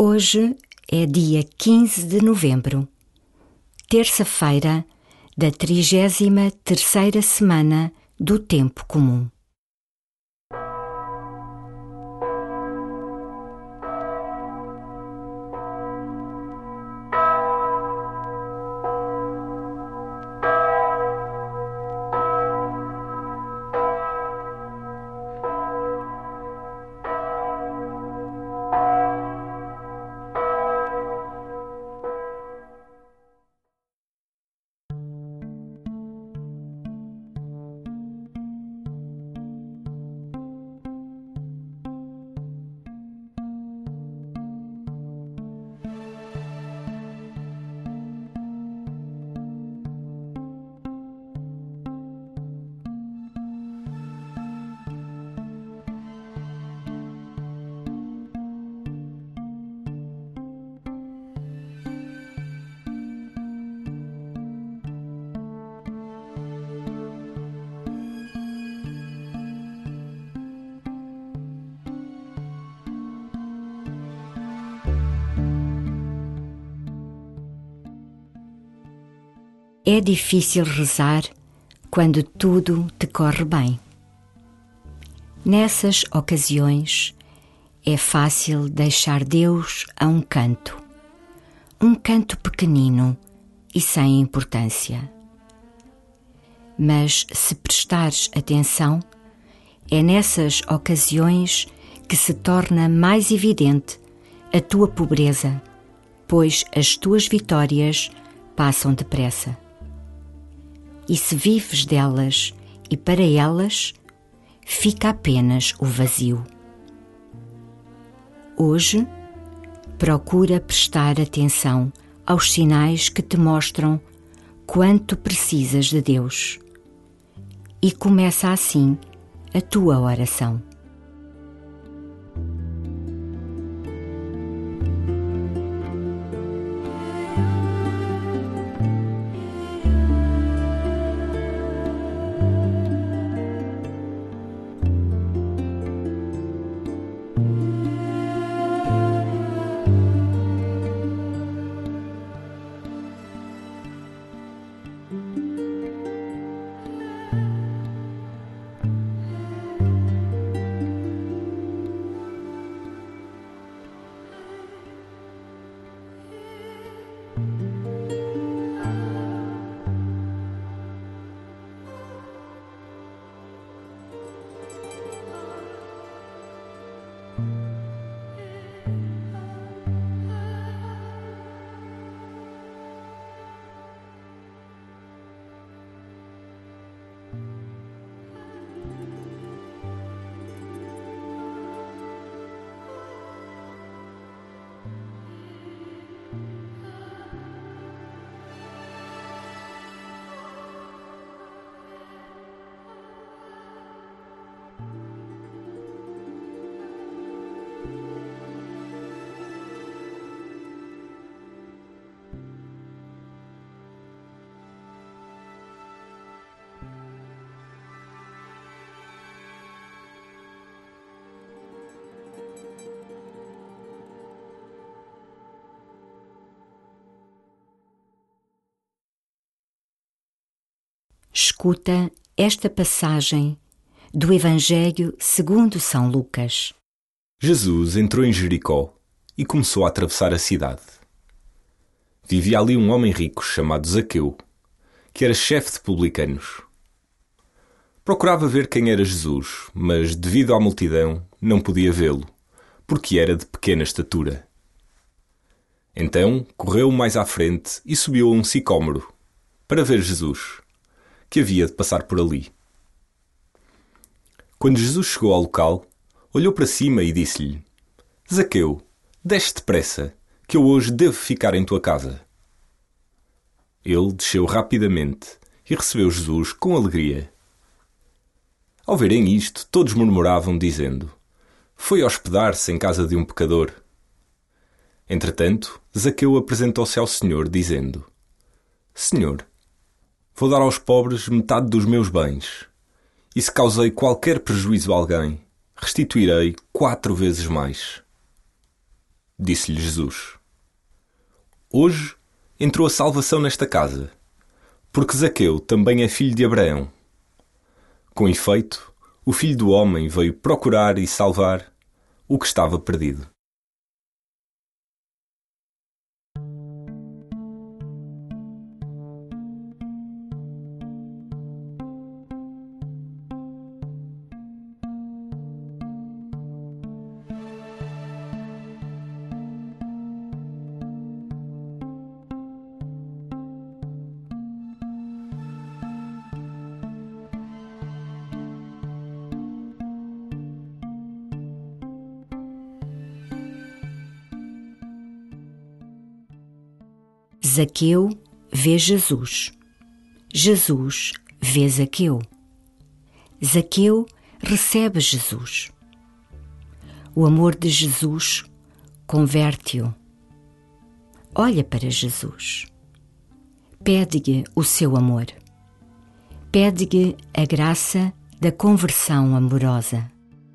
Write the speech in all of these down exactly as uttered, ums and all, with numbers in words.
Hoje é dia quinze de novembro, terça-feira da trigésima terceira semana do Tempo Comum. É difícil rezar quando tudo te corre bem. Nessas ocasiões, é fácil deixar Deus a um canto, um canto pequenino e sem importância. Mas se prestares atenção, é nessas ocasiões que se torna mais evidente a tua pobreza, pois as tuas vitórias passam depressa. E se vives delas e para elas, fica apenas o vazio. Hoje, procura prestar atenção aos sinais que te mostram quanto precisas de Deus. E começa assim a tua oração. Escuta esta passagem do Evangelho segundo São Lucas. Jesus entrou em Jericó e começou a atravessar a cidade. Vivia ali um homem rico chamado Zaqueu, que era chefe de publicanos. Procurava ver quem era Jesus, mas devido à multidão não podia vê-lo, porque era de pequena estatura. Então correu mais à frente e subiu a um sicômoro para ver Jesus, que havia de passar por ali. Quando Jesus chegou ao local, olhou para cima e disse-lhe: Zaqueu, desce depressa, que eu hoje devo ficar em tua casa. Ele desceu rapidamente e recebeu Jesus com alegria. Ao verem isto, todos murmuravam, dizendo: Foi hospedar-se em casa de um pecador. Entretanto, Zaqueu apresentou-se ao Senhor, dizendo: Senhor, vou dar aos pobres metade dos meus bens, e se causei qualquer prejuízo a alguém, restituirei quatro vezes mais. disse-lhe Jesus. Hoje entrou a salvação nesta casa, porque Zaqueu também é filho de Abraão. Com efeito, o Filho do Homem veio procurar e salvar o que estava perdido. Zaqueu vê Jesus. Jesus vê Zaqueu. Zaqueu recebe Jesus. O amor de Jesus converte-o. Olha para Jesus. Pede-lhe o seu amor. Pede-lhe a graça da conversão amorosa.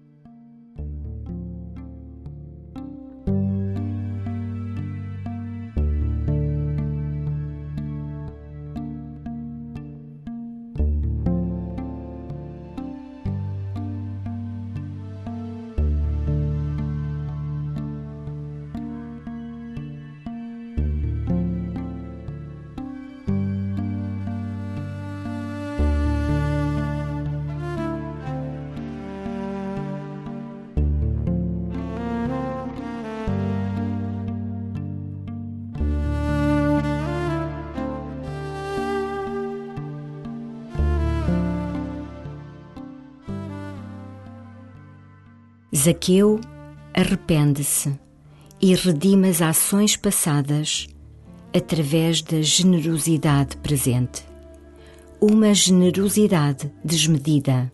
Zaqueu arrepende-se e redime as ações passadas através da generosidade presente. Uma generosidade desmedida.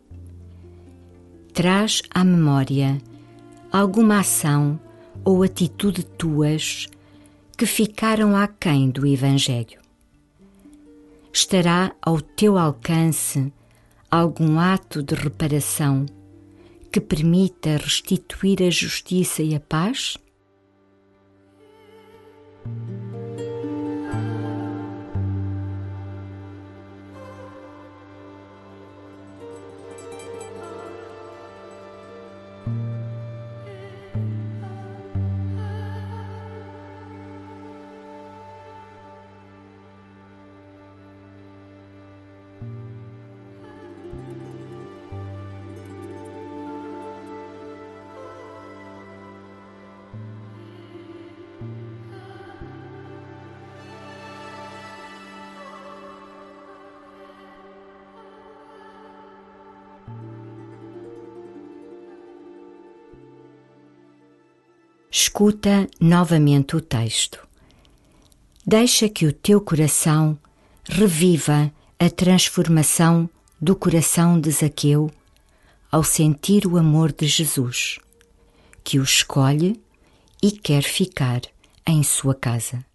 Traz à memória alguma ação ou atitude tuas que ficaram aquém do Evangelho. Estará ao teu alcance algum ato de reparação que permita restituir a justiça e a paz? Escuta novamente o texto. Deixa que o teu coração reviva a transformação do coração de Zaqueu ao sentir o amor de Jesus, que o escolhe e quer ficar em sua casa.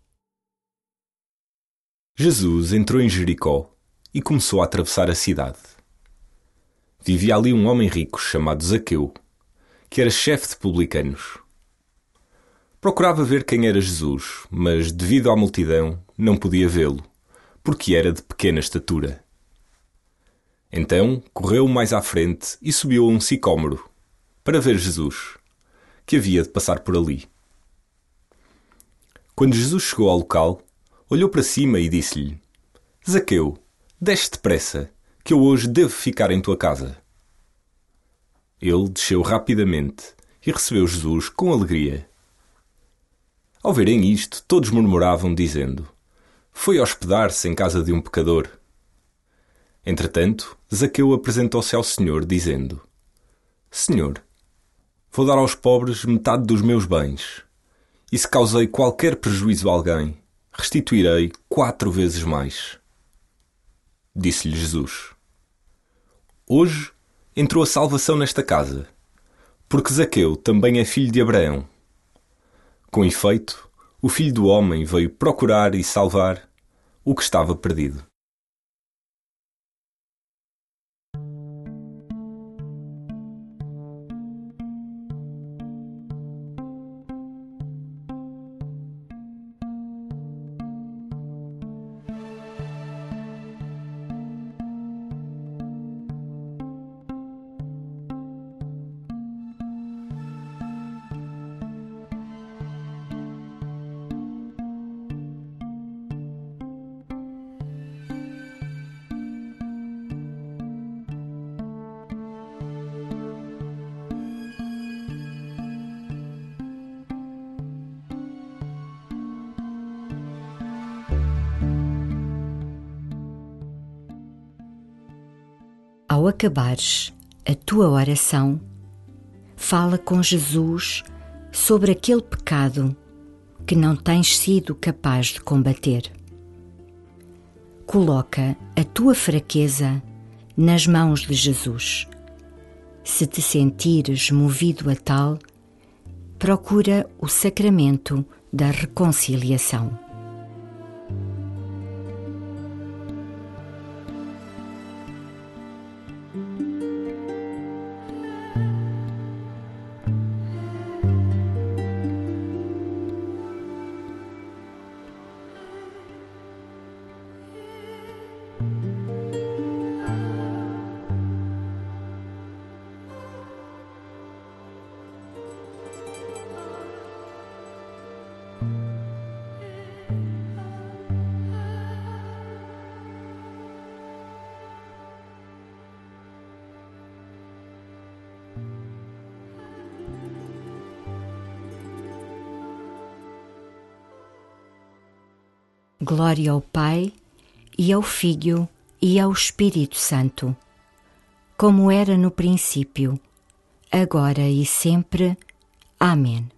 Jesus entrou em Jericó e começou a atravessar a cidade. Vivia ali um homem rico chamado Zaqueu, que era chefe de publicanos. Procurava ver quem era Jesus, mas devido à multidão não podia vê-lo, porque era de pequena estatura. Então correu mais à frente e subiu a um sicômoro para ver Jesus, que havia de passar por ali. Quando Jesus chegou ao local, olhou para cima e disse-lhe: Zaqueu, desce depressa, que eu hoje devo ficar em tua casa. Ele desceu rapidamente e recebeu Jesus com alegria. Ao verem isto, todos murmuravam, dizendo: Foi hospedar-se em casa de um pecador. Entretanto, Zaqueu apresentou-se ao Senhor, dizendo: Senhor, vou dar aos pobres metade dos meus bens, e se causei qualquer prejuízo a alguém, restituirei quatro vezes mais. Disse-lhe Jesus: Hoje entrou a salvação nesta casa, porque Zaqueu também é filho de Abraão. Com efeito, o Filho do Homem veio procurar e salvar o que estava perdido. Ao acabares a tua oração, fala com Jesus sobre aquele pecado que não tens sido capaz de combater. Coloca a tua fraqueza nas mãos de Jesus. Se te sentires movido a tal, procura o sacramento da reconciliação. Glória ao Pai, e ao Filho, e ao Espírito Santo, como era no princípio, agora e sempre. Amém.